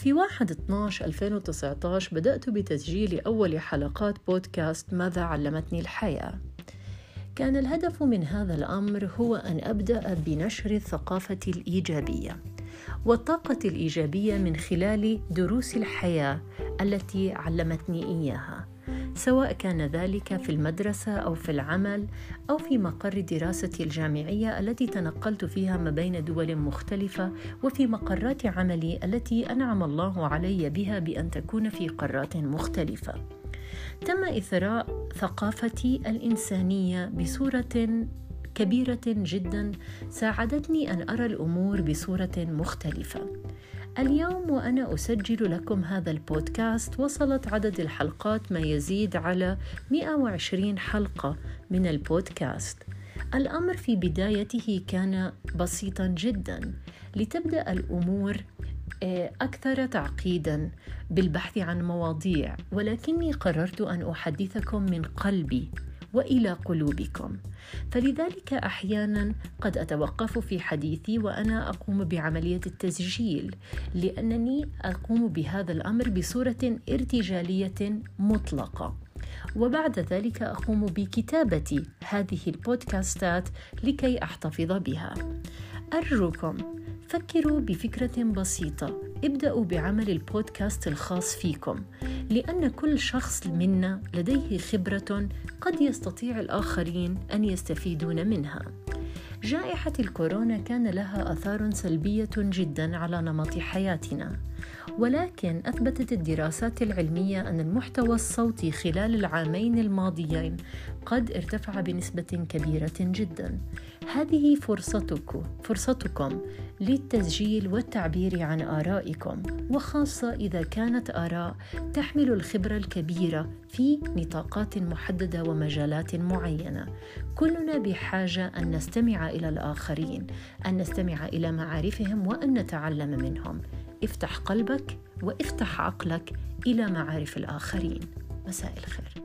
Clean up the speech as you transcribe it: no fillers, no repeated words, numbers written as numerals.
في 1/12/2019 بدأت بتسجيل أول حلقات بودكاست ماذا علمتني الحياة. كان الهدف من هذا الأمر هو أن أبدأ بنشر الثقافة الإيجابية والطاقة الإيجابية من خلال دروس الحياة التي علمتني إياها، سواء كان ذلك في المدرسة أو في العمل أو في مقر دراستي الجامعية التي تنقلت فيها ما بين دول مختلفة، وفي مقرات عملي التي أنعم الله علي بها بأن تكون في قارات مختلفة. تم إثراء ثقافتي الإنسانية بصورة كبيرة جدا ساعدتني أن أرى الأمور بصورة مختلفة. اليوم وأنا أسجل لكم هذا البودكاست وصلت عدد الحلقات ما يزيد على 120 حلقة من البودكاست. الأمر في بدايته كان بسيطا جدا لتبدأ الأمور أكثر تعقيدا بالبحث عن مواضيع، ولكني قررت أن أحدثكم من قلبي وإلى قلوبكم، فلذلك أحيانا قد أتوقف في حديثي وأنا أقوم بعملية التسجيل، لأنني أقوم بهذا الأمر بصورة ارتجالية مطلقة، وبعد ذلك أقوم بكتابة هذه البودكاستات لكي أحتفظ بها. أرجوكم فكروا بفكرة بسيطة، ابدأوا بعمل البودكاست الخاص فيكم، لأن كل شخص منا لديه خبرة قد يستطيع الآخرين أن يستفيدون منها. جائحة الكورونا كان لها آثار سلبية جدا على نمط حياتنا، ولكن أثبتت الدراسات العلمية أن المحتوى الصوتي خلال العامين الماضيين قد ارتفع بنسبة كبيرة جدا. هذه فرصتكم للتسجيل والتعبير عن آرائكم، وخاصة إذا كانت آراء تحمل الخبرة الكبيرة في نطاقات محددة ومجالات معينة. كلنا بحاجة أن نستمع إلى الآخرين، أن نستمع إلى معارفهم وأن نتعلم منهم. افتح قلبك وافتح عقلك إلى معارف الآخرين. مساء الخير.